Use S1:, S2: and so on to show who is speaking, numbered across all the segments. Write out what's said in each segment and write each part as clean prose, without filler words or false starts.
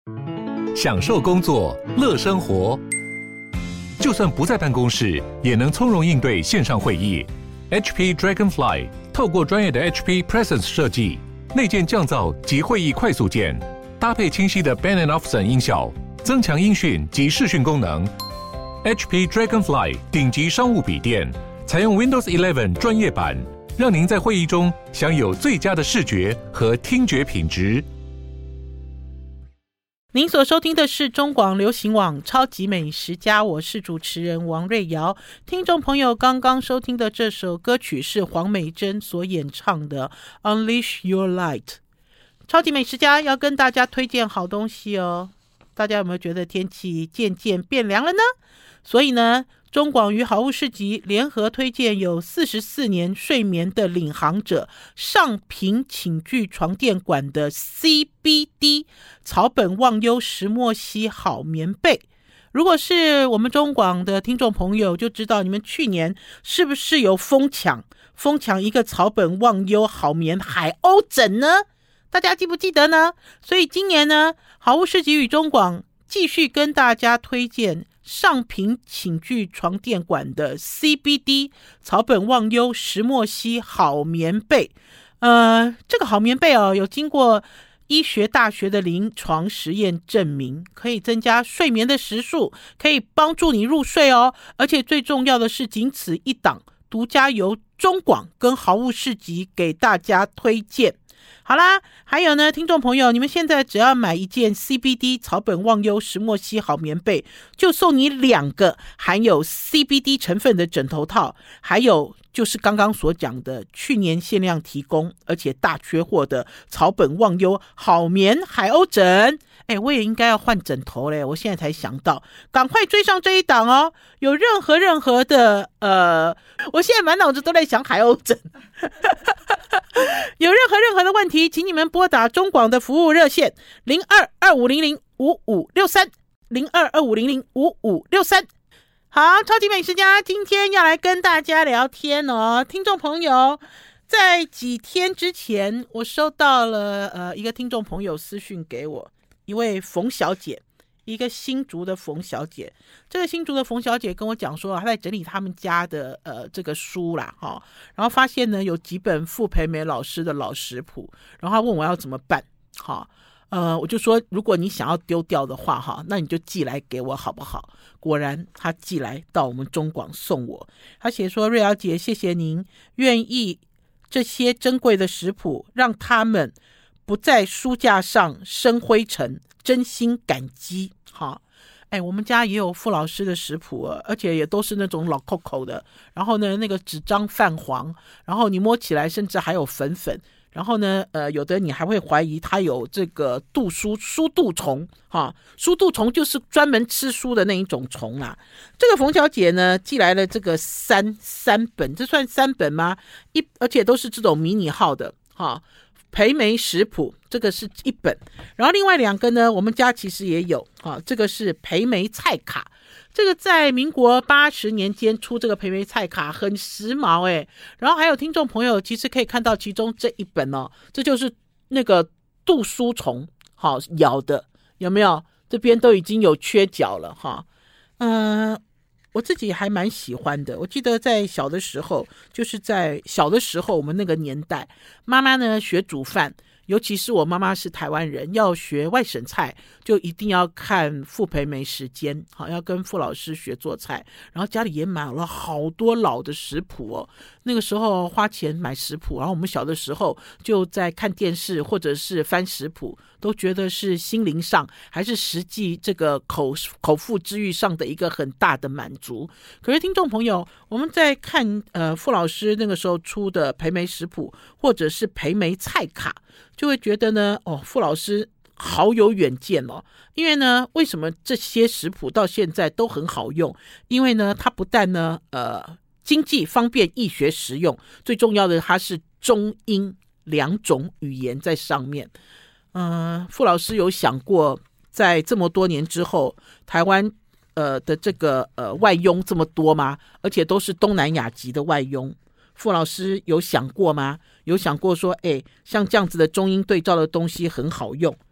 S1: 享受工作，乐生活。就算不在办公室，也能从容应对线上会议。HP Dragonfly 透过专业的 HP Presence 设计，内建降噪及会议快速键，搭配清晰的 Bang & Olufsen 音效，增强音讯及视讯功能。HP Dragonfly 顶级商务笔电，采用 Windows 11专业版，让您在会议中享有最佳的视觉和听觉品质。
S2: 您所收听的是中广流行网超级美食家，我是主持人王瑞瑶。听众朋友刚刚收听的这首歌曲是黄美珍所演唱的 Unleash Your Light。 超级美食家要跟大家推荐好东西哦。大家有没有觉得天气渐渐变凉了呢？所以呢，中广与好物市集联合推荐有44年睡眠的领航者上品寝具床垫馆的 CBD 草本忘忧石墨烯好棉被。如果是我们中广的听众朋友就知道，你们去年是不是有疯抢一个草本忘忧好棉海鸥枕呢？大家记不记得呢？所以今年呢，好物市集与中广继续跟大家推荐上品寝具床垫馆的 CBD 草本忘忧石墨烯好棉被。这个好棉被有经过医学大学的临床实验证明，可以增加睡眠的时数，可以帮助你入睡哦。而且最重要的是，仅此一档，独家由中广跟好物市集给大家推荐。好啦，还有呢，听众朋友，你们现在只要买一件 CBD 草本忘忧石墨烯好棉被，就送你2个含有 CBD 成分的枕头套，还有就是刚刚所讲的去年限量提供而且大缺货的草本忘忧好棉海鸥枕。我也应该要换枕头嘞，我现在才想到，赶快追上这一档哦。有任何的我现在满脑子都在想海鸥枕有任何的问题，请你们拨打中广的服务热线0225005563 0225005563。好，超级美食家今天要来跟大家聊天哦。听众朋友，在几天之前我收到了一个听众朋友私讯给我，一位冯小姐，一个新竹的冯小姐。这个新竹的冯小姐跟我讲说，她在整理他们家的这个书啦，然后发现呢有几本傅培梅老师的老食谱，然后她问我要怎么办。我就说如果你想要丢掉的话那你就寄来给我好不好？果然她寄来到我们中广送我。她写说，瑞瑶姐，谢谢您愿意这些珍贵的食谱让他们不在书架上生灰尘，真心感激。我们家也有傅老师的食谱，而且也都是那种老扣扣的，然后呢那个纸张泛黄，然后你摸起来甚至还有粉粉，然后呢有的你还会怀疑它有这个书蠹虫。书蠹虫就是专门吃书的那一种虫啦。这个冯小姐呢寄来了这个三本，这算3本吗？而且都是这种迷你号的培梅食谱，这个是1本，然后另外2个呢我们家其实也有这个是培梅菜卡，这个在民国80年间出这个培梅菜卡很时髦然后还有听众朋友其实可以看到其中这1本这就是那个杜苏虫咬的，有没有？这边都已经有缺角了我自己还蛮喜欢的。我记得在小的时候，我们那个年代，妈妈呢学煮饭，尤其是我妈妈是台湾人，要学外省菜就一定要看傅培梅时间，要跟傅老师学做菜。然后家里也买了好多老的食谱那个时候花钱买食谱，然后我们小的时候就在看电视或者是翻食谱，都觉得是心灵上还是实际这个口腹之欲上的一个很大的满足。可是听众朋友，我们在看傅老师那个时候出的培梅食谱或者是培梅菜卡，就会觉得呢傅老师好有远见因为呢为什么这些食谱到现在都很好用？因为呢它不但呢经济方便易学实用，最重要的它是中英2种语言在上面。傅老师有想过在这么多年之后台湾的这个外佣这么多吗？而且都是东南亚籍的外佣，傅老师有想过吗？有想过说像这样子的中英对照的东西很好用，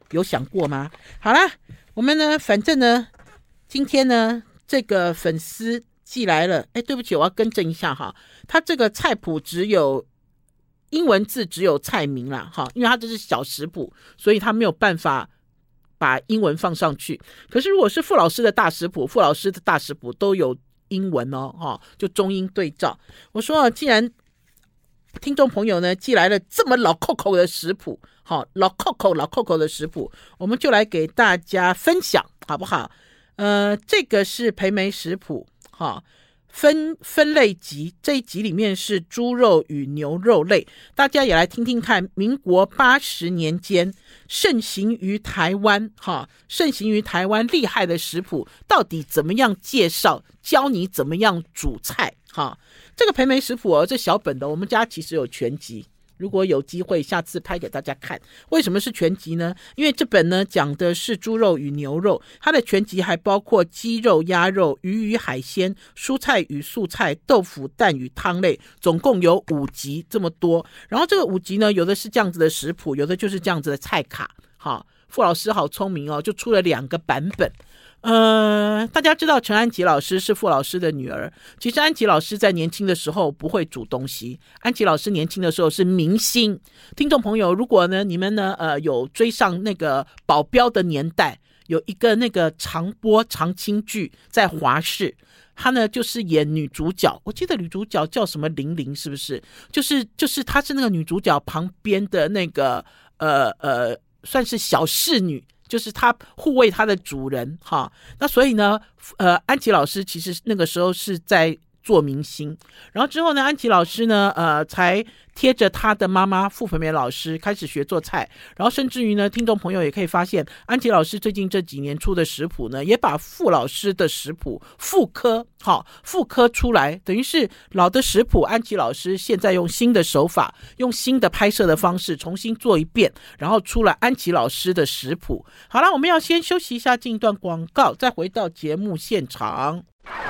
S2: 有想过吗？好啦，我们呢，反正呢，今天呢，这个粉丝寄来了，对不起，我要更正一下哈，他这个菜谱只有英文字，只有菜名啦哈，因为他这是小食谱，所以他没有办法把英文放上去。可是如果是傅老师的大食谱，傅老师的大食谱都有英文哦，就中英对照。我说既然听众朋友呢寄来了这么老扣扣的食谱，老扣扣的食谱，我们就来给大家分享好不好？这个是培梅食谱分类集，这一集里面是猪肉与牛肉类，大家也来听听看民国80年间盛行于台湾厉害的食谱到底怎么样介绍，教你怎么样煮菜这个培梅食谱这小本的，我们家其实有全集，如果有机会下次拍给大家看。为什么是全集呢？因为这本呢讲的是猪肉与牛肉，它的全集还包括鸡肉、鸭肉、鱼与海鲜、蔬菜与素菜、豆腐、蛋与汤类，总共有5集这么多。然后这个5集呢，有的是这样子的食谱，有的就是这样子的菜卡。傅老师好聪明就出了2个版本。大家知道陈安琪老师是傅老师的女儿，其实安琪老师在年轻的时候不会煮东西，安琪老师年轻的时候是明星。听众朋友，如果呢你们呢有追上那个保镖的年代，有一个那个长播长青剧在华视，她呢就是演女主角，我记得女主角叫什么玲玲，是不是？就是她是那个女主角旁边的那个算是小侍女，就是他护卫他的主人那所以呢安琪老师其实那个时候是在做明星，然后之后呢安琪老师呢才贴着他的妈妈傅培梅老师开始学做菜，然后甚至于呢听众朋友也可以发现安琪老师最近这几年出的食谱呢也把傅老师的食谱复刻出来，等于是老的食谱安琪老师现在用新的手法，用新的拍摄的方式重新做一遍，然后出了安琪老师的食谱。好了，我们要先休息一下，进一段广告，再回到节目现场。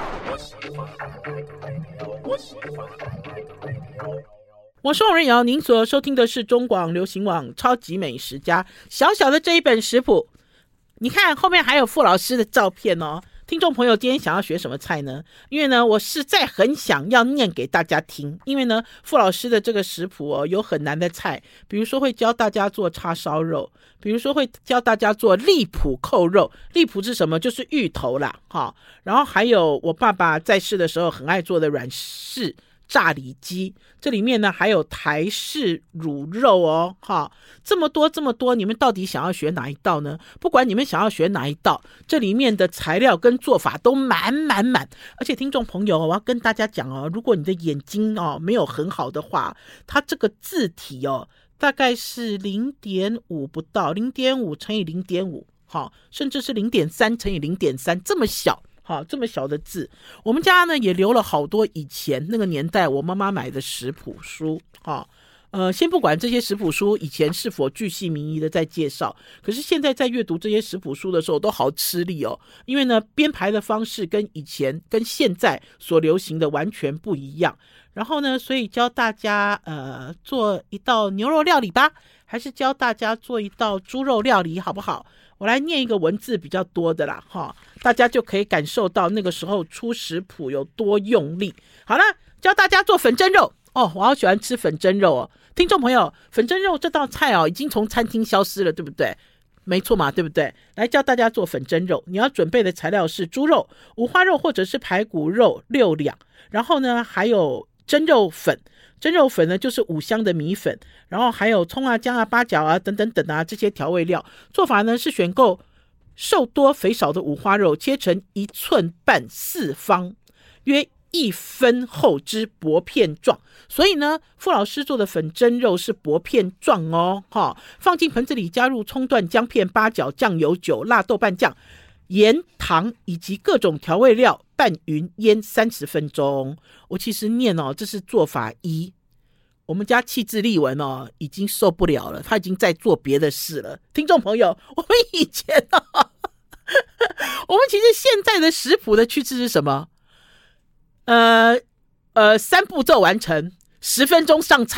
S2: 我是王瑞瑶，您所收听的是中广流行网超级美食家。小小的这一本食谱，你看后面还有傅老师的照片听众朋友今天想要学什么菜呢？因为呢我实在很想要念给大家听，因为呢傅老师的这个食谱有很难的菜，比如说会教大家做叉烧肉，比如说会教大家做荔浦扣肉。荔浦是什么？就是芋头啦然后还有我爸爸在世的时候很爱做的软式炸里脊，这里面呢还有台式卤肉这么多，你们到底想要学哪一道呢？不管你们想要学哪一道，这里面的材料跟做法都满。而且听众朋友，我要跟大家讲如果你的眼睛没有很好的话，它这个字体大概是 0.5 不到， 0.5 乘以 0.5 甚至是 0.3 乘以 0.3 这么小这么小的字。我们家呢也留了好多以前那个年代我妈妈买的食谱书先不管这些食谱书以前是否巨细靡遗的在介绍，可是现在在阅读这些食谱书的时候都好吃力因为呢编排的方式跟以前跟现在所流行的完全不一样。然后呢所以教大家做一道牛肉料理吧，还是教大家做一道猪肉料理好不好？我来念一个文字比较多的啦大家就可以感受到那个时候出食谱有多用力。好了，教大家做粉蒸肉我好喜欢吃粉蒸肉听众朋友，粉蒸肉这道菜已经从餐厅消失了，对不对？没错嘛，对不对？来教大家做粉蒸肉，你要准备的材料是猪肉、五花肉或者是排骨肉6两，然后呢还有蒸肉粉，蒸肉粉呢就是5香的米粉，然后还有葱啊、姜啊、八角啊等等等啊这些调味料。做法呢是选购瘦多肥少的五花肉，切成1寸半四方，约1分厚之薄片状。所以呢傅老师做的粉蒸肉是薄片状放进盆子里，加入葱段、姜片、八角、酱油、酒、辣豆瓣酱、盐、糖以及各种调味料，拌匀腌30分钟。我其实念这是做法1，我们家气质丽文已经受不了了，他已经在做别的事了。听众朋友，我们以前我们其实现在的食谱的趋势是什么？3步骤完成，10分钟上菜，对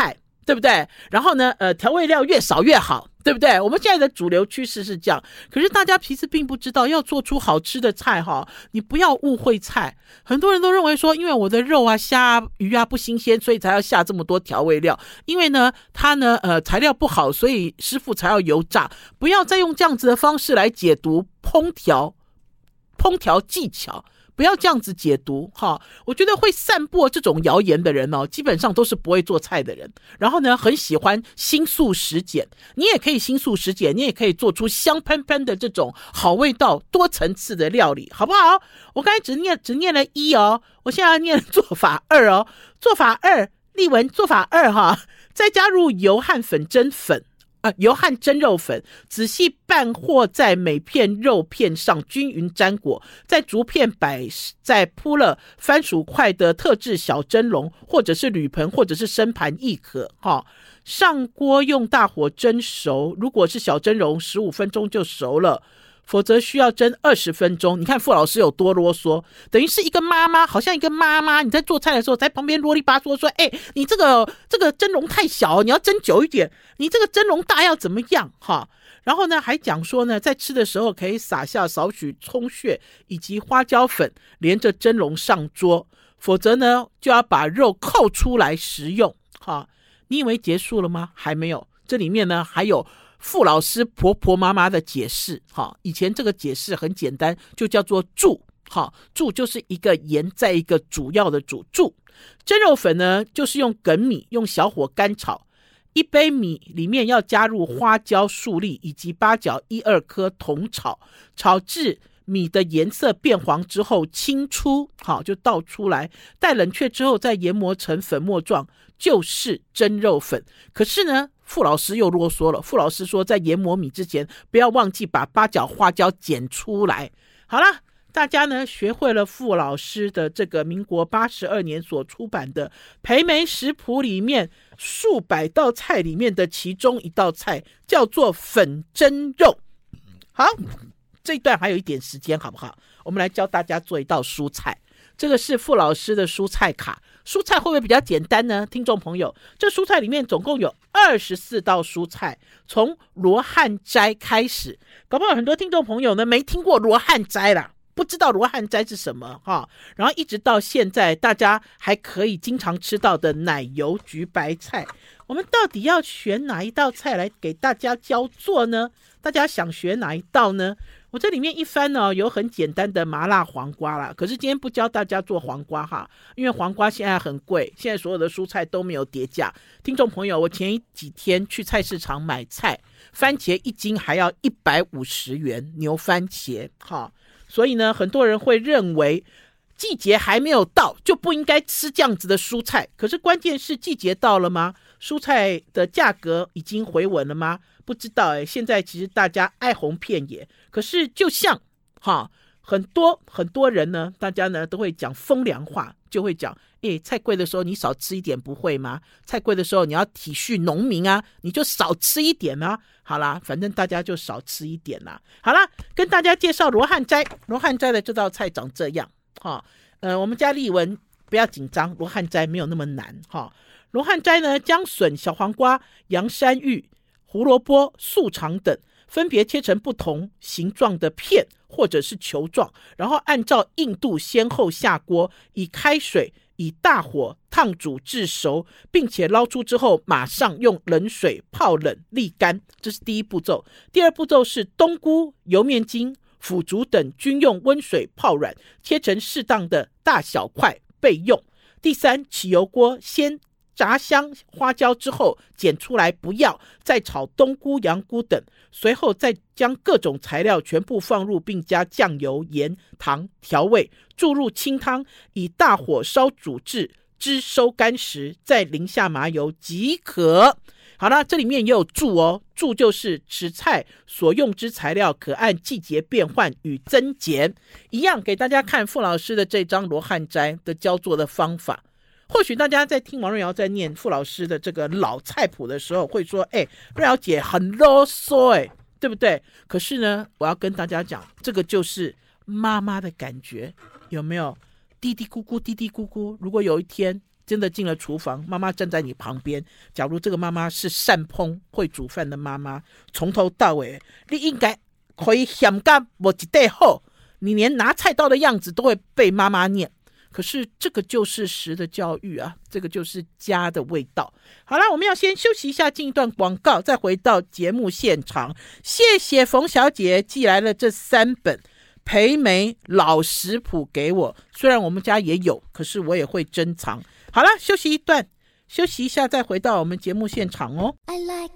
S2: 对不对？然后呢，调味料越少越好，对不对？我们现在的主流趋势是这样，可是大家其实并不知道，要做出好吃的菜哈，你不要误会菜。很多人都认为说，因为我的肉啊、虾啊、鱼啊不新鲜，所以才要下这么多调味料。因为呢，它呢，材料不好，所以师傅才要油炸。不要再用这样子的方式来解读烹调技巧。不要这样子解读哈，我觉得会散播这种谣言的人基本上都是不会做菜的人，然后呢很喜欢新素食碱。你也可以新素食碱，你也可以做出香喷喷的这种好味道多层次的料理，好不好？我刚才只念了1哦，我现在要念做法2哦。做法2，丽文做法2哈，再加入油和油和蒸肉粉，仔细拌和在每片肉片上均匀沾裹，在竹片摆在铺了番薯块的特制小蒸笼，或者是铝盆，或者是生盘亦可上锅用大火蒸熟，如果是小蒸笼15分钟就熟了，否则需要蒸20分钟。你看傅老师有多啰嗦，等于是一个妈妈，好像一个妈妈，你在做菜的时候在旁边啰里吧嗦说，你这个蒸笼太小，你要蒸久一点，你这个蒸笼大要怎么样然后呢还讲说呢，在吃的时候可以撒下少许葱屑以及花椒粉，连着蒸笼上桌，否则呢就要把肉扣出来食用你以为结束了吗？还没有，这里面呢还有傅老师婆婆妈妈的解释以前这个解释很简单，就叫做注注就是一个盐在一个主要的注。蒸肉粉呢就是用梗米用小火干炒，1杯米里面要加入花椒数粒以及八角1-2颗同炒，炒至米的颜色变黄之后清出就倒出来，待冷却之后再研磨成粉末状，就是蒸肉粉。可是呢傅老师又啰嗦了，傅老师说在研磨米之前不要忘记把八角花椒剪出来。好了，大家呢学会了傅老师的这个民国82年所出版的培梅食谱里面数百道菜里面的其中一道菜叫做粉蒸肉。好，这一段还有一点时间好不好？我们来教大家做一道蔬菜，这个是傅老师的蔬菜卡。蔬菜会不会比较简单呢？听众朋友，这蔬菜里面总共有24道蔬菜，从罗汉斋开始。搞不好很多听众朋友呢没听过罗汉斋啦，不知道罗汉斋是什么然后一直到现在大家还可以经常吃到的奶油焗白菜，我们到底要选哪一道菜来给大家教做呢？大家想学哪一道呢？我这里面一翻有很简单的麻辣黄瓜啦，可是今天不教大家做黄瓜因为黄瓜现在很贵，现在所有的蔬菜都没有跌价。听众朋友，我前几天去菜市场买菜，番茄1斤还要150元，牛番茄所以呢很多人会认为季节还没有到就不应该吃这样子的蔬菜，可是关键是季节到了吗？蔬菜的价格已经回稳了吗？不知道现在其实大家哀鸿遍野，可是就像很多人呢，大家呢都会讲风凉话，就会讲菜贵的时候你少吃一点不会吗？菜贵的时候你要体恤农民啊，你就少吃一点啊。好啦，反正大家就少吃一点啦。好啦，跟大家介绍罗汉斋。罗汉斋的这道菜长这样我们家丽文不要紧张，罗汉斋没有那么难罗汉斋呢，将笋、小黄瓜、洋山芋、胡萝卜、素肠等分别切成不同形状的片或者是球状，然后按照硬度先后下锅，以开水以大火烫煮至熟，并且捞出之后马上用冷水泡冷沥干，这是第一步骤。第二步骤是冬菇、油面筋、腐竹等均用温水泡软，切成适当的大小块备用。第三，起油锅先炸香花椒之后剪出来不要，再炒冬菇、洋菇等，随后再将各种材料全部放入，并加酱油、盐、糖调味，注入清汤，以大火烧煮至汁收干时，再淋下麻油即可。好了，这里面也有注注就是此菜所用之材料可按季节变换与增减，一样给大家看傅老师的这张罗汉斋的教做的方法。或许大家在听王瑞瑶在念傅老师的这个老菜谱的时候会说瑞瑶姐很啰嗦对不对？可是呢我要跟大家讲，这个就是妈妈的感觉，有没有？嘀嘀咕咕，嘀嘀咕咕。如果有一天真的进了厨房，妈妈站在你旁边，假如这个妈妈是善烹会煮饭的妈妈，从头到尾你应该可以想干我一袋后，你连拿菜刀的样子都会被妈妈念。可是这个就是实的教育啊，这个就是家的味道。好啦，我们要先休息一下，进一段广告，再回到节目现场。谢谢冯小姐寄来了这3本培梅老食谱给我，虽然我们家也有，可是我也会珍藏。好啦，休息一下，再回到我们节目现场哦。I like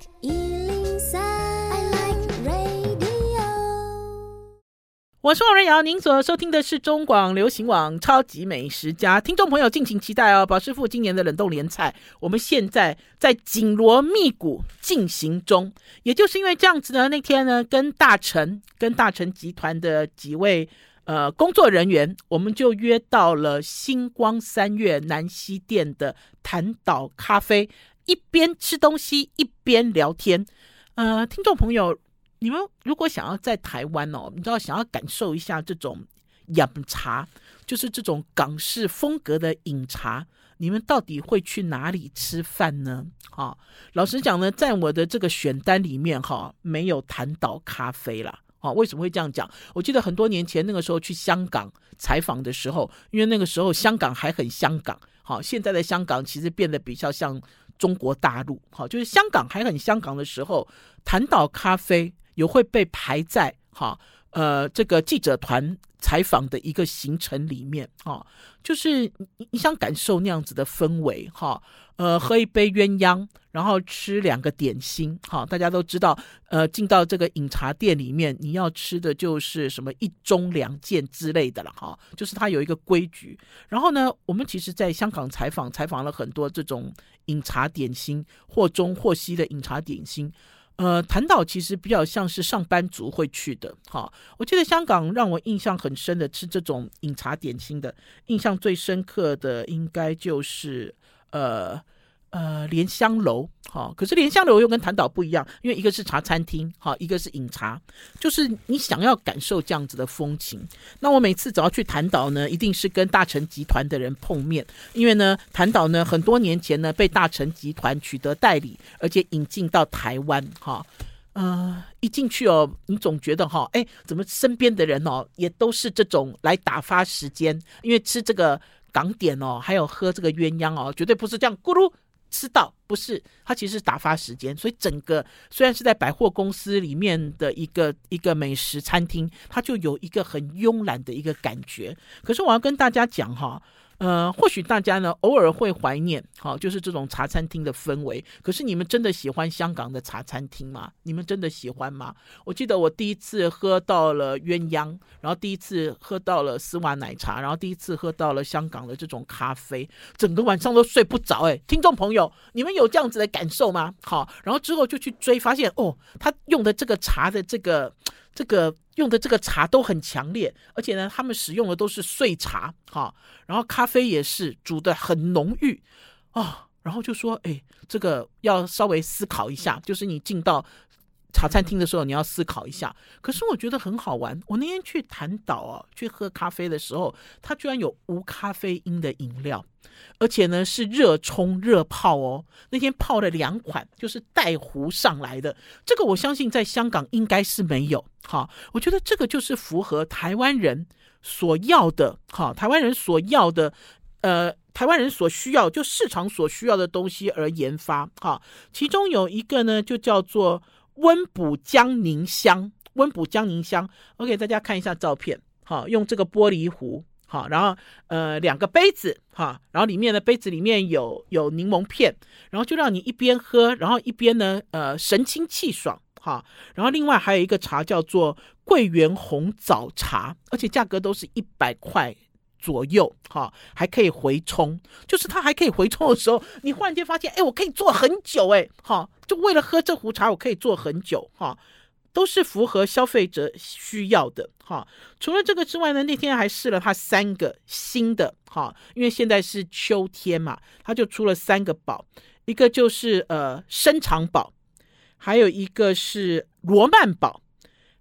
S2: 103, I like radio。 我是王瑞瑶，您所收听的是中广流行网超级美食家。听众朋友敬请期待哦，宝师傅今年的冷冻联菜，我们现在在紧锣密鼓进行中。也就是因为这样子呢，那天呢跟大成集团的几位工作人员，我们就约到了星光3月南西店的潭岛咖啡，一边吃东西一边聊天。听众朋友，你们如果想要在台湾哦，你知道想要感受一下这种饮茶，就是这种港式风格的饮茶，你们到底会去哪里吃饭呢？老实讲呢，在我的这个选单里面没有潭岛咖啡啦。为什么会这样讲？我记得很多年前那个时候去香港采访的时候，因为那个时候香港还很香港，现在的香港其实变得比较像中国大陆，就是香港还很香港的时候，潭岛咖啡也会被排在这个记者团采访的一个行程里面，就是你想感受那样子的氛围，喝一杯鸳鸯，然后吃2个点心，大家都知道，进到这个饮茶店里面，你要吃的就是什么1盅2件之类的了，就是它有一个规矩。然后呢，我们其实在香港采访了很多这种饮茶点心，或中或西的饮茶点心。潭岛其实比较像是上班族会去的。我记得香港让我印象很深的吃这种饮茶点心的，印象最深刻的应该就是莲香楼。可是莲香楼又跟潭岛不一样，因为一个是茶餐厅，一个是饮茶，就是你想要感受这样子的风情。那我每次只要去潭岛呢，一定是跟大成集团的人碰面，因为呢潭岛呢很多年前呢被大成集团取得代理，而且引进到台湾。一进去哦，你总觉得怎么身边的人也都是这种来打发时间，因为吃这个港点还有喝这个鸳鸯绝对不是这样咕噜吃到，不是，它其实是打发时间。所以整个虽然是在百货公司里面的一个美食餐厅，它就有一个很慵懒的一个感觉。可是我要跟大家讲或许大家呢偶尔会怀念就是这种茶餐厅的氛围，可是你们真的喜欢香港的茶餐厅吗？你们真的喜欢吗？我记得我第一次喝到了鸳鸯，然后第一次喝到了丝袜奶茶，然后第一次喝到了香港的这种咖啡，整个晚上都睡不着。听众朋友，你们有这样子的感受吗？然后之后就去追，发现他用的这个茶的这个用的这个茶都很强烈，而且呢他们使用的都是碎茶，然后咖啡也是煮的很浓郁然后就说这个要稍微思考一下，就是你进到茶餐厅的时候你要思考一下。可是我觉得很好玩，我那天去潭岛去喝咖啡的时候，它居然有无咖啡因的饮料，而且呢是热冲热泡那天泡了2款，就是带壶上来的。这个我相信在香港应该是没有。我觉得这个就是符合台湾人所要的，台湾人所要的台湾人所需要，就市场所需要的东西而研发。其中有一个呢就叫做温补江宁香，我给大家看一下照片。用这个玻璃壶，然后2个杯子，然后里面的杯子里面有柠檬片，然后就让你一边喝，然后一边呢神清气爽。然后另外还有一个茶叫做桂圆红枣茶，而且价格都是100块左右，还可以回冲。就是它还可以回冲的时候，你忽然间发现我可以做很久，就为了喝这壶茶我可以做很久，都是符合消费者需要的。除了这个之外呢，那天还试了它3个新的，因为现在是秋天嘛，它就出了3个宝，一个就是生长宝，还有一个是罗曼宝，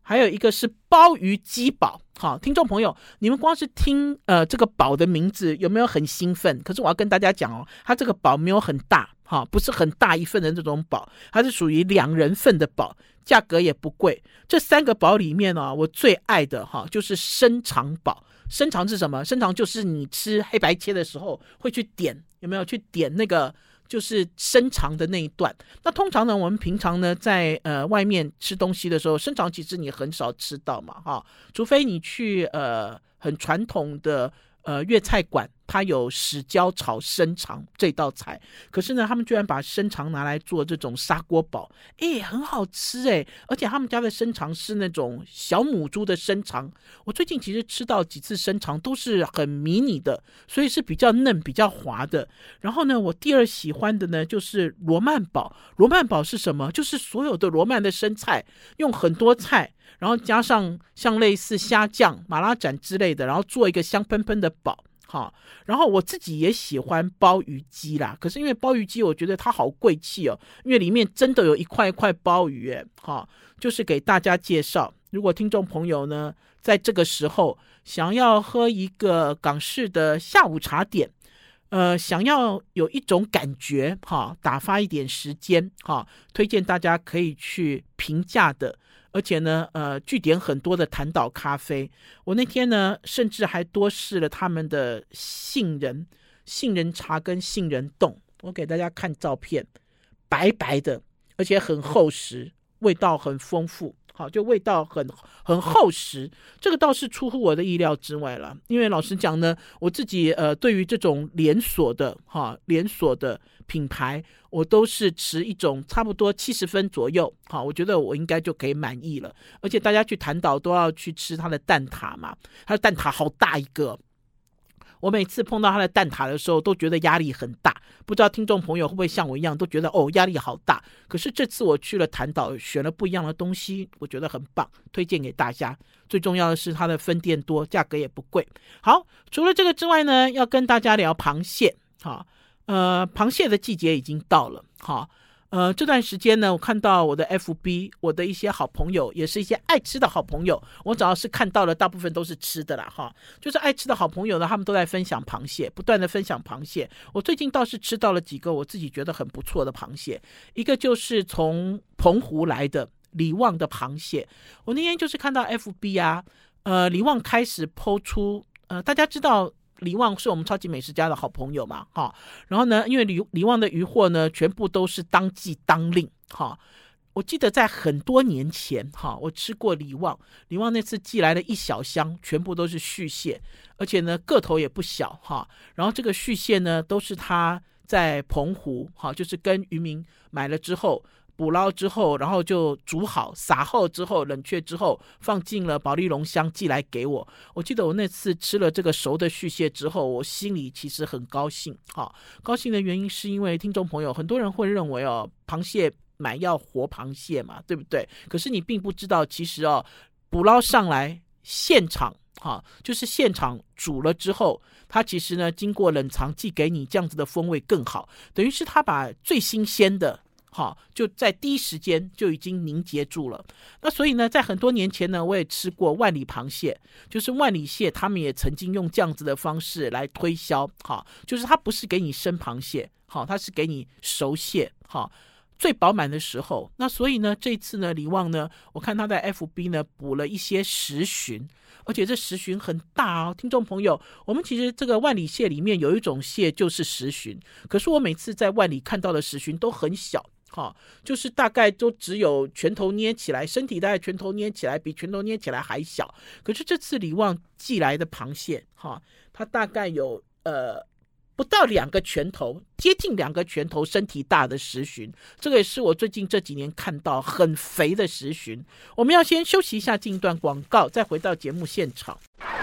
S2: 还有一个是鲍鱼鸡堡。好，听众朋友，你们光是听这个堡的名字有没有很兴奋？可是我要跟大家讲哦，它这个堡没有很大，不是很大一份的这种堡，它是属于2人份的堡，价格也不贵。这3个堡里面我最爱的就是生肠堡。生肠是什么？生肠就是你吃黑白切的时候会去点，有没有去点那个就是生肠的那一段？那通常呢，我们平常呢在外面吃东西的时候，生肠其实你很少吃到嘛，除非你去很传统的粤菜馆，它有豉椒炒生肠这道菜，可是呢他们居然把生肠拿来做这种砂锅煲，很好吃而且他们家的生肠是那种小母猪的生肠，我最近其实吃到几次生肠都是很迷你的，所以是比较嫩比较滑的。然后呢，我第2喜欢的呢就是罗曼堡。罗曼堡是什么？就是所有的罗曼的生菜，用很多菜，然后加上像类似虾酱、麻辣盏之类的，然后做一个香喷喷的堡。然后我自己也喜欢鲍鱼鸡啦，可是因为鲍鱼鸡我觉得它好贵气哦，因为里面真的有一块一块鲍鱼就是给大家介绍，如果听众朋友呢在这个时候想要喝一个港式的下午茶点，想要有一种感觉打发一点时间推荐大家可以去平价的，而且呢据点很多的潭岛咖啡。我那天呢甚至还多试了他们的杏仁茶跟杏仁冻，我给大家看照片，白白的而且很厚实，味道很丰富，就味道很厚实，这个倒是出乎我的意料之外了。因为老实讲呢，我自己对于这种连锁的品牌，我都是持一种差不多70分左右，我觉得我应该就可以满意了。而且大家去潭岛都要去吃它的蛋挞嘛，它的蛋挞好大一个，我每次碰到它的蛋挞的时候都觉得压力很大，不知道听众朋友会不会像我一样都觉得压力好大。可是这次我去了潭岛，选了不一样的东西，我觉得很棒，推荐给大家。最重要的是它的分店多，价格也不贵。好，除了这个之外呢，要跟大家聊螃蟹。螃蟹的季节已经到了。这段时间呢，我看到我的 FB， 我的一些好朋友，也是一些爱吃的好朋友，我只要是看到了，大部分都是吃的啦，就是爱吃的好朋友呢，他们都在分享螃蟹，不断的分享螃蟹。我最近倒是吃到了几个我自己觉得很不错的螃蟹，一个就是从澎湖来的李旺的螃蟹。我那天就是看到 FB 李旺开始po出，大家知道李旺是我们超级美食家的好朋友嘛，然后呢，因为李旺的渔获呢，全部都是当季当令，我记得在很多年前，我吃过李旺那次寄来了1小箱，全部都是续蟹，而且呢个头也不小，然后这个续蟹呢都是他在澎湖，就是跟渔民买了之后，捕捞之后，然后就煮好撒后之后冷却之后放进了保丽龙箱寄来给我。我记得我那次吃了这个熟的续蟹之后，我心里其实很高兴。高兴的原因是因为听众朋友很多人会认为螃蟹买要活螃蟹嘛，对不对？可是你并不知道，其实捕捞上来现场就是现场煮了之后，它其实呢经过冷藏寄给你，这样子的风味更好，等于是它把最新鲜的就在第一时间就已经凝结住了。那所以呢，在很多年前呢，我也吃过万里螃蟹，就是万里蟹他们也曾经用这样子的方式来推销，就是它不是给你生螃蟹，它是给你熟蟹，最饱满的时候。那所以呢，这一次呢，李旺呢，我看他在 FB 呢补了一些时鲟，而且这时鲟很大听众朋友，我们其实这个万里蟹里面有一种蟹就是时鲟，可是我每次在万里看到的时鲟都很小，就是大概都只有拳头捏起来，身体大概拳头捏起来，比拳头捏起来还小。可是这次李旺寄来的螃蟹，它大概有不到2个拳头，接近2个拳头身体大的时鲟，这个也是我最近这几年看到很肥的时鲟。我们要先休息一下，进一段广告，再回到节目现场。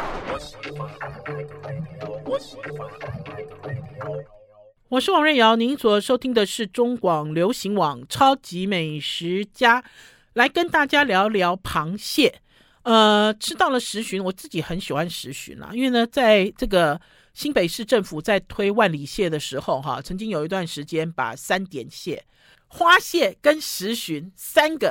S2: 我是王瑞瑶，您所收听的是中广流行网超级美食家，来跟大家聊聊螃蟹。吃到了时鲟，我自己很喜欢时鲟啦，因为呢，在这个新北市政府在推万里蟹的时候，曾经有一段时间把3点蟹、花蟹跟时鲟3个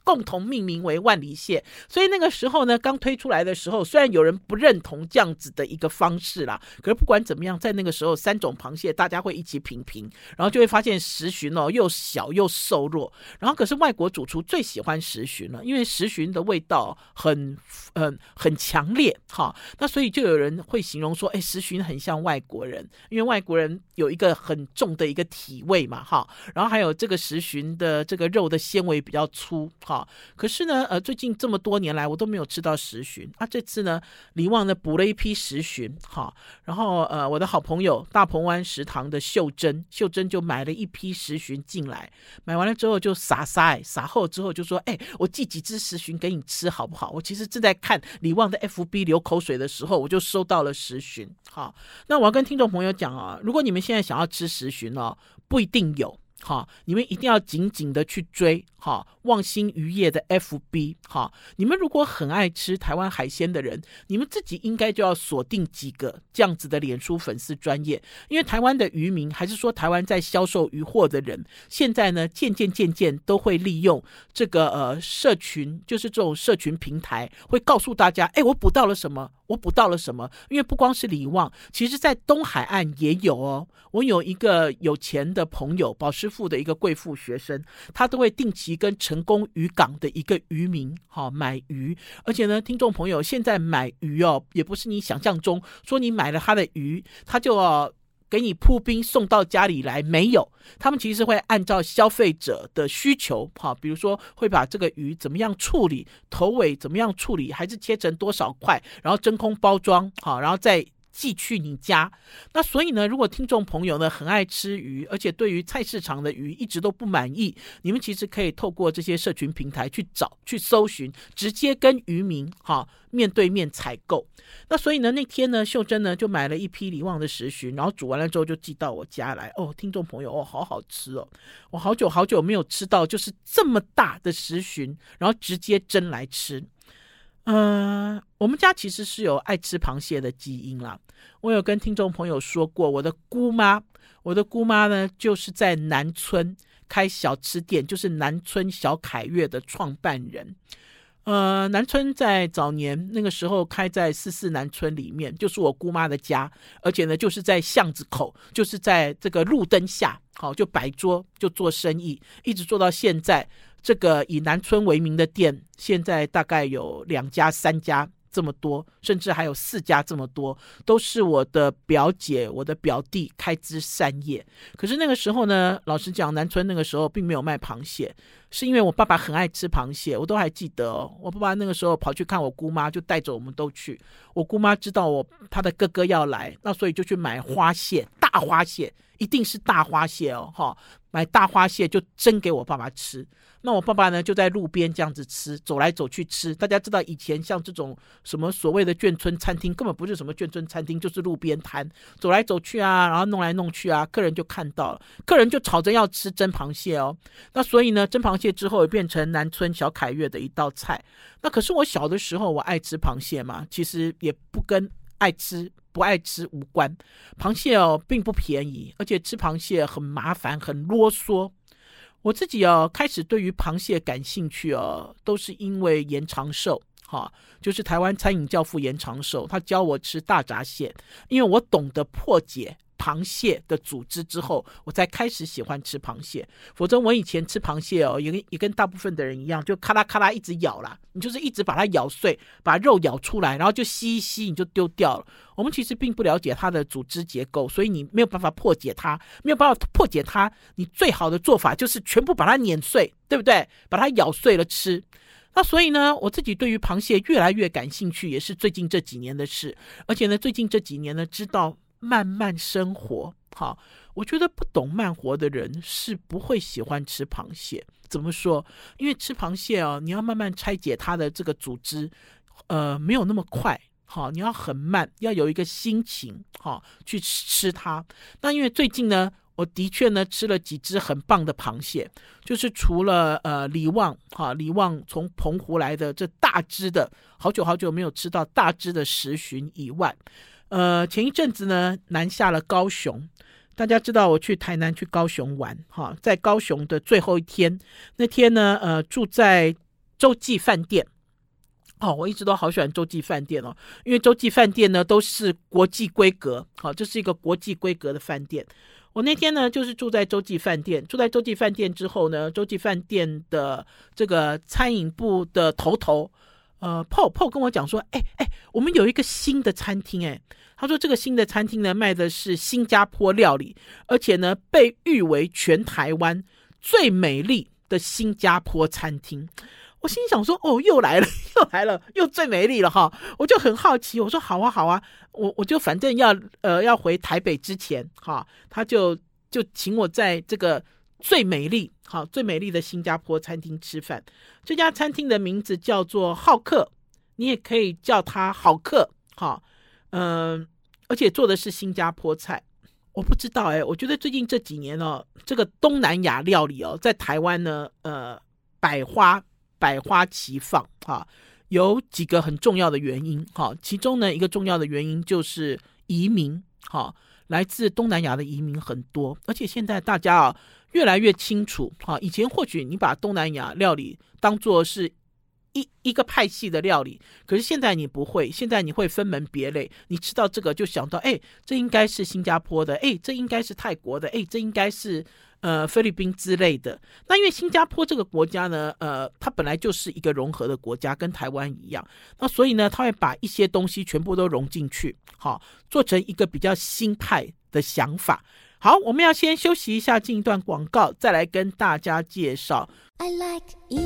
S2: 共同命名为万里蟹。所以那个时候呢，刚推出来的时候，虽然有人不认同这样子的一个方式啦，可是不管怎么样，在那个时候3种螃蟹大家会一起品评，然后就会发现石鲟又小又瘦弱，然后可是外国主厨最喜欢石鲟了，因为石鲟的味道很强烈哈。那所以就有人会形容说，石鲟很像外国人，因为外国人有一个很重的一个体味嘛哈，然后还有这个石鲟的这个肉的纤维比较粗哈。可是呢最近这么多年来我都没有吃到石鲟啊，这次呢李旺呢补了一批石鲟哈，然后我的好朋友大鹏湾食堂的秀珍就买了一批石鲟进来，买完了之后就撒后之后就说我寄几只石鲟给你吃好不好？我其实正在看李旺的 FB 流口水的时候，我就收到了石鲟。好，那我要跟听众朋友讲啊，如果你们现在想要吃石鲟不一定有。你们一定要紧紧的去追望星渔业的 FB。你们如果很爱吃台湾海鲜的人，你们自己应该就要锁定几个这样子的脸书粉丝专页，因为台湾的渔民还是说台湾在销售渔货的人，现在呢渐渐都会利用这个社群，就是这种社群平台会告诉大家我捕到了什么，因为不光是李旺，其实在东海岸也有我有一个有钱的朋友，宝师傅的一个贵妇学生，他都会定期跟成功渔港的一个渔民买鱼。而且呢听众朋友，现在买鱼也不是你想象中说你买了他的鱼他就给你铺冰送到家里来，没有，他们其实会按照消费者的需求比如说会把这个鱼怎么样处理，头尾怎么样处理，还是切成多少块，然后真空包装然后再寄去你家。那所以呢，如果听众朋友呢很爱吃鱼，而且对于菜市场的鱼一直都不满意，你们其实可以透过这些社群平台去找去搜寻，直接跟渔民面对面采购。那所以呢那天呢秀珍呢就买了一批李旺的石鲟，然后煮完了之后就寄到我家来。听众朋友好好吃我好久没有吃到就是这么大的石鲟，然后直接蒸来吃。我们家其实是有爱吃螃蟹的基因啦。我有跟听众朋友说过，我的姑妈呢就是在南村开小吃店，就是南村小凯悦的创办人。南村在早年那个时候开在44南村里面，就是我姑妈的家，而且呢就是在巷子口，就是在这个路灯下就摆桌就做生意，一直做到现在。这个以南村为名的店现在大概有2家3家这么多，甚至还有4家这么多，都是我的表姐我的表弟开枝散叶。可是那个时候呢，老实讲南村那个时候并没有卖螃蟹，是因为我爸爸很爱吃螃蟹。我都还记得我爸爸那个时候跑去看我姑妈，就带着我们都去。我姑妈知道他的哥哥要来，那所以就去买花蟹，大花蟹，一定是大花蟹买大花蟹就蒸给我爸爸吃。那我爸爸呢就在路边这样子吃，走来走去吃。大家知道以前像这种什么所谓的眷村餐厅根本不是什么眷村餐厅，就是路边摊，走来走去啊，然后弄来弄去啊，客人就看到了，客人就吵着要吃蒸螃蟹那所以呢蒸螃蟹之后也变成南村小凯悦的一道菜。那可是我小的时候我爱吃螃蟹嘛，其实也不跟爱吃不爱吃无关。螃蟹并不便宜，而且吃螃蟹很麻烦很啰嗦。我自己开始对于螃蟹感兴趣都是因为严长寿就是台湾餐饮教父严长寿，他教我吃大闸蟹，因为我懂得破解螃蟹的组织之后，我才开始喜欢吃螃蟹。否则我以前吃螃蟹也跟大部分的人一样，就咔啦咔啦一直咬啦，你就是一直把它咬碎，把肉咬出来，然后就吸一吸你就丢掉了。我们其实并不了解它的组织结构，所以你没有办法破解它，你最好的做法就是全部把它碾碎，对不对？把它咬碎了吃。那所以呢我自己对于螃蟹越来越感兴趣，也是最近这几年的事。而且呢最近这几年呢知道慢慢生活我觉得不懂慢活的人是不会喜欢吃螃蟹。怎么说？因为吃螃蟹你要慢慢拆解它的这个组织没有那么快你要很慢，要有一个心情去吃它。那因为最近呢我的确呢吃了几只很棒的螃蟹，就是除了李旺从澎湖来的这大只的，好久没有吃到大只的石鲟以外，前一阵子呢南下了高雄。大家知道我去台南去高雄玩在高雄的最后一天，那天呢住在洲际饭店。我一直都好喜欢洲际饭店因为洲际饭店呢都是国际规格，这是一个国际规格的饭店。我那天呢就是住在洲际饭店，住在洲际饭店之后呢，洲际饭店的这个餐饮部的头Paul 跟我讲说，我们有一个新的餐厅他说这个新的餐厅呢卖的是新加坡料理，而且呢被誉为全台湾最美丽的新加坡餐厅。我心想说又来了，又最美丽了哈！我就很好奇，我说好啊，我就反正要回台北之前他就请我在这个最美丽的新加坡餐厅吃饭。这家餐厅的名字叫做好客，你也可以叫它好客而且做的是新加坡菜。我不知道我觉得最近这几年这个东南亚料理在台湾呢百花齐放有几个很重要的原因其中呢一个重要的原因就是移民来自东南亚的移民很多，而且现在大家越来越清楚以前或许你把东南亚料理当作是一个派系的料理，可是现在你不会，现在你会分门别类，你吃到这个就想到这应该是新加坡的，这应该是泰国的，这应该是菲律宾之类的。那因为新加坡这个国家呢它本来就是一个融合的国家，跟台湾一样，那所以呢它会把一些东西全部都融进去做成一个比较新派的想法。好，我们要先休息一下，进一段广告，再来跟大家介绍。
S3: I like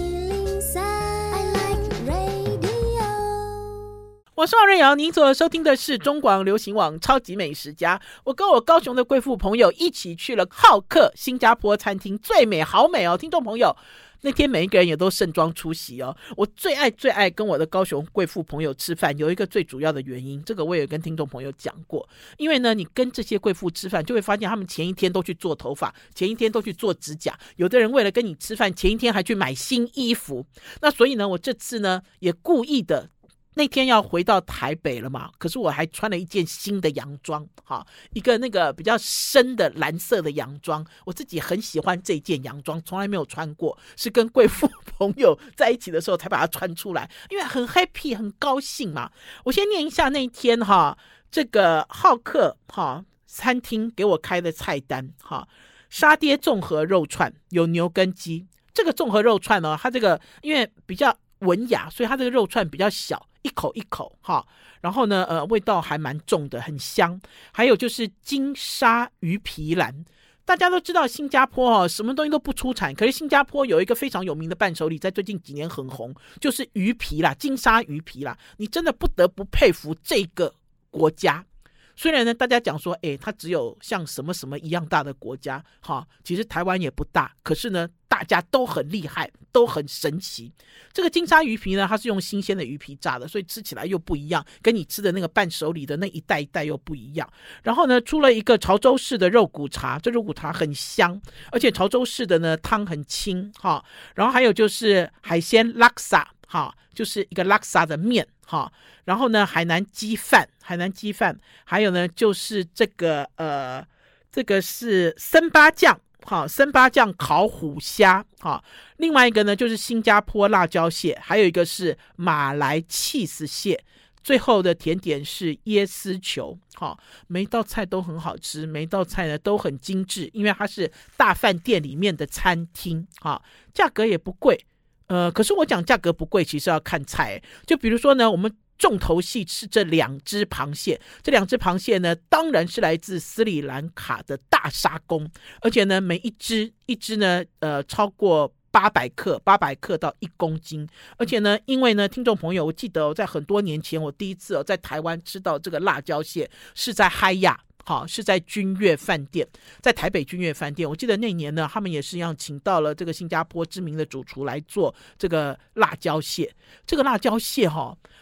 S3: 103, I like radio。
S2: 我是王瑞瑶，您所收听的是中广流行网超级美食家。我跟我高雄的贵妇朋友一起去了好客新加坡餐厅，最美好美听众朋友，那天每一个人也都盛装出席我最爱跟我的高雄贵妇朋友吃饭，有一个最主要的原因，这个我也跟听众朋友讲过。因为呢你跟这些贵妇吃饭，就会发现他们前一天都去做头发，前一天都去做指甲，有的人为了跟你吃饭，前一天还去买新衣服。那所以呢我这次呢也故意的，那天要回到台北了嘛，可是我还穿了一件新的洋装一个那个比较深的蓝色的洋装，我自己很喜欢这件洋装，从来没有穿过，是跟贵妇朋友在一起的时候才把它穿出来，因为很 happy 很高兴嘛。我先念一下那天这个好客餐厅给我开的菜单沙爹综合肉串，有牛跟鸡。这个综合肉串它这个因为比较文雅，所以它这个肉串比较小，一口一口然后呢味道还蛮重的，很香。还有就是金沙鱼皮兰，大家都知道新加坡什么东西都不出产，可是新加坡有一个非常有名的伴手礼，在最近几年很红，就是鱼皮啦，金沙鱼皮啦。你真的不得不佩服这个国家。虽然呢大家讲说它只有像什么什么一样大的国家其实台湾也不大，可是呢大家都很厉害，都很神奇。这个金沙鱼皮呢它是用新鲜的鱼皮炸的，所以吃起来又不一样，跟你吃的那个伴手礼的那一袋一袋又不一样。然后呢出了一个潮州式的肉骨茶，这肉骨茶很香，而且潮州式的呢汤很清然后还有就是海鲜拉萨就是一个拉萨的面然后呢海南鸡饭，还有呢就是这个是参巴酱烤虎虾另外一个呢就是新加坡辣椒蟹，还有一个是马来起司蟹，最后的甜点是椰丝球每一道菜都很好吃，每一道菜呢都很精致，因为它是大饭店里面的餐厅价格也不贵。可是我讲价格不贵其实要看菜就比如说呢我们重头戏是这2只螃蟹，这2只螃蟹呢当然是来自斯里兰卡的大沙公，而且呢每一只呢超过800克到1公斤。而且呢因为呢听众朋友，我记得在很多年前我第一次在台湾吃到这个辣椒蟹是在嗨亚是在君悦饭店，在台北君悦饭店。我记得那年呢他们也是一样请到了这个新加坡知名的主厨来做这个辣椒蟹。这个辣椒蟹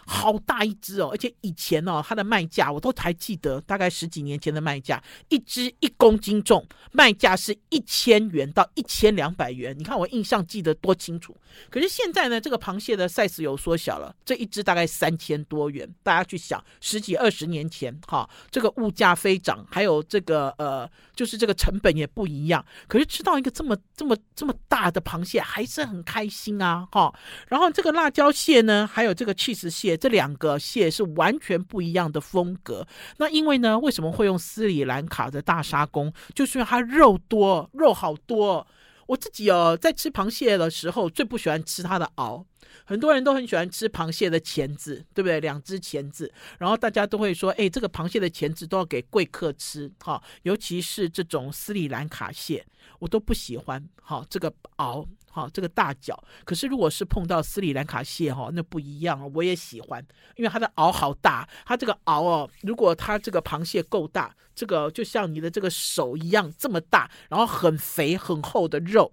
S2: 好大一只哦，而且以前哦它的卖价我都还记得，大概10几年前的卖价，一只1公斤重，卖价是1000元到1200元，你看我印象记得多清楚。可是现在呢，这个螃蟹的 size 有缩小了，这一只大概3000多元，大家去想10几20年前这个物价飞涨，还有这个就是这个成本也不一样，可是吃到一个这么大的螃蟹还是很开心啊然后这个辣椒蟹呢，还有这个 cheese 蟹，这2个蟹是完全不一样的风格。那因为呢，为什么会用斯里兰卡的大沙公，就是因为它肉多，肉好多。我自己在吃螃蟹的时候最不喜欢吃它的螯，很多人都很喜欢吃螃蟹的钳子，对不对？2只钳子，然后大家都会说这个螃蟹的钳子都要给贵客吃尤其是这种斯里兰卡蟹我都不喜欢这个螯这个大脚。可是如果是碰到斯里兰卡蟹那不一样我也喜欢，因为它的螯好大，它这个螯如果它这个螃蟹够大，这个就像你的这个手一样这么大，然后很肥很厚的肉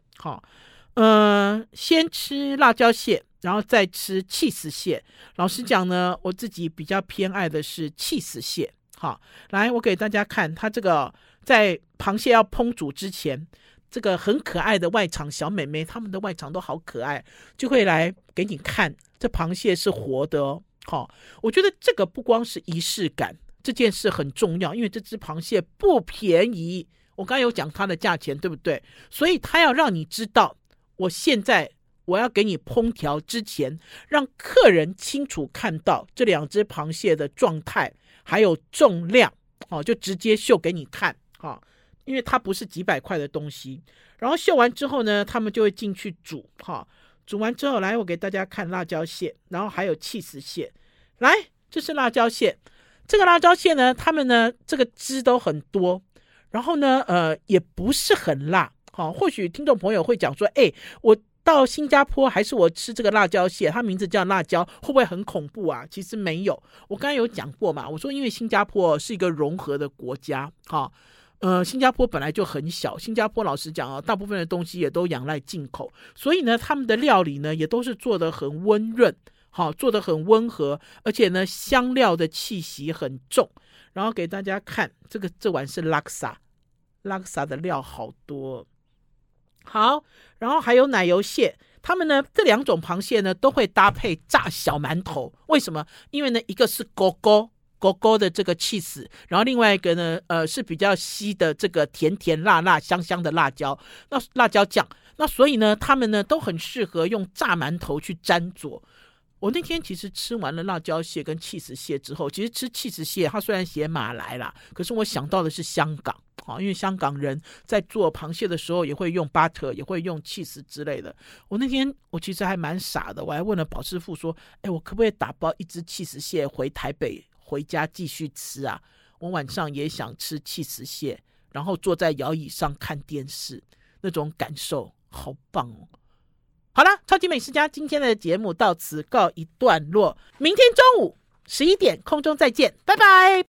S2: 先吃辣椒蟹，然后再吃cheese蟹。老实讲呢，我自己比较偏爱的是cheese蟹。来我给大家看，它这个在螃蟹要烹煮之前，这个很可爱的外场小美眉，她们的外场都好可爱，就会来给你看这螃蟹是活的我觉得这个不光是仪式感，这件事很重要，因为这只螃蟹不便宜，我刚才有讲它的价钱对不对？所以它要让你知道，我要给你烹调之前，让客人清楚看到这2只螃蟹的状态还有重量就直接秀给你看因为它不是几百块的东西。然后秀完之后呢，他们就会进去煮煮完之后，来我给大家看辣椒蟹，然后还有cheese蟹。来，这是辣椒蟹，这个辣椒蟹呢，他们呢这个汁都很多，然后呢也不是很辣或许听众朋友会讲说我到新加坡还是我吃这个辣椒蟹，它名字叫辣椒，会不会很恐怖啊？其实没有，我刚才有讲过嘛，我说因为新加坡是一个融合的国家新加坡本来就很小，新加坡老实讲大部分的东西也都仰赖进口，所以呢他们的料理呢也都是做得很温润做得很温和，而且呢香料的气息很重。然后给大家看这碗是拉克萨的料好多。好，然后还有奶油蟹，他们呢这2种螃蟹呢都会搭配炸小馒头。为什么？因为呢一个是狗狗的这个cheese，然后另外一个呢是比较稀的这个甜甜辣辣香香的辣椒酱。那所以呢他们呢都很适合用炸馒头去沾佐。我那天其实吃完了辣椒蟹跟cheese蟹之后，其实吃cheese蟹它虽然写马来啦，可是我想到的是香港因为香港人在做螃蟹的时候也会用 butter， 也会用cheese之类的。我那天我其实还蛮傻的，我还问了宝师傅说我可不可以打包1只cheese蟹回台北回家继续吃啊？我晚上也想吃cheese蟹，然后坐在摇椅上看电视，那种感受好棒哦。好了，超级美食家今天的节目到此告一段落，明天中午11点空中再见，拜拜。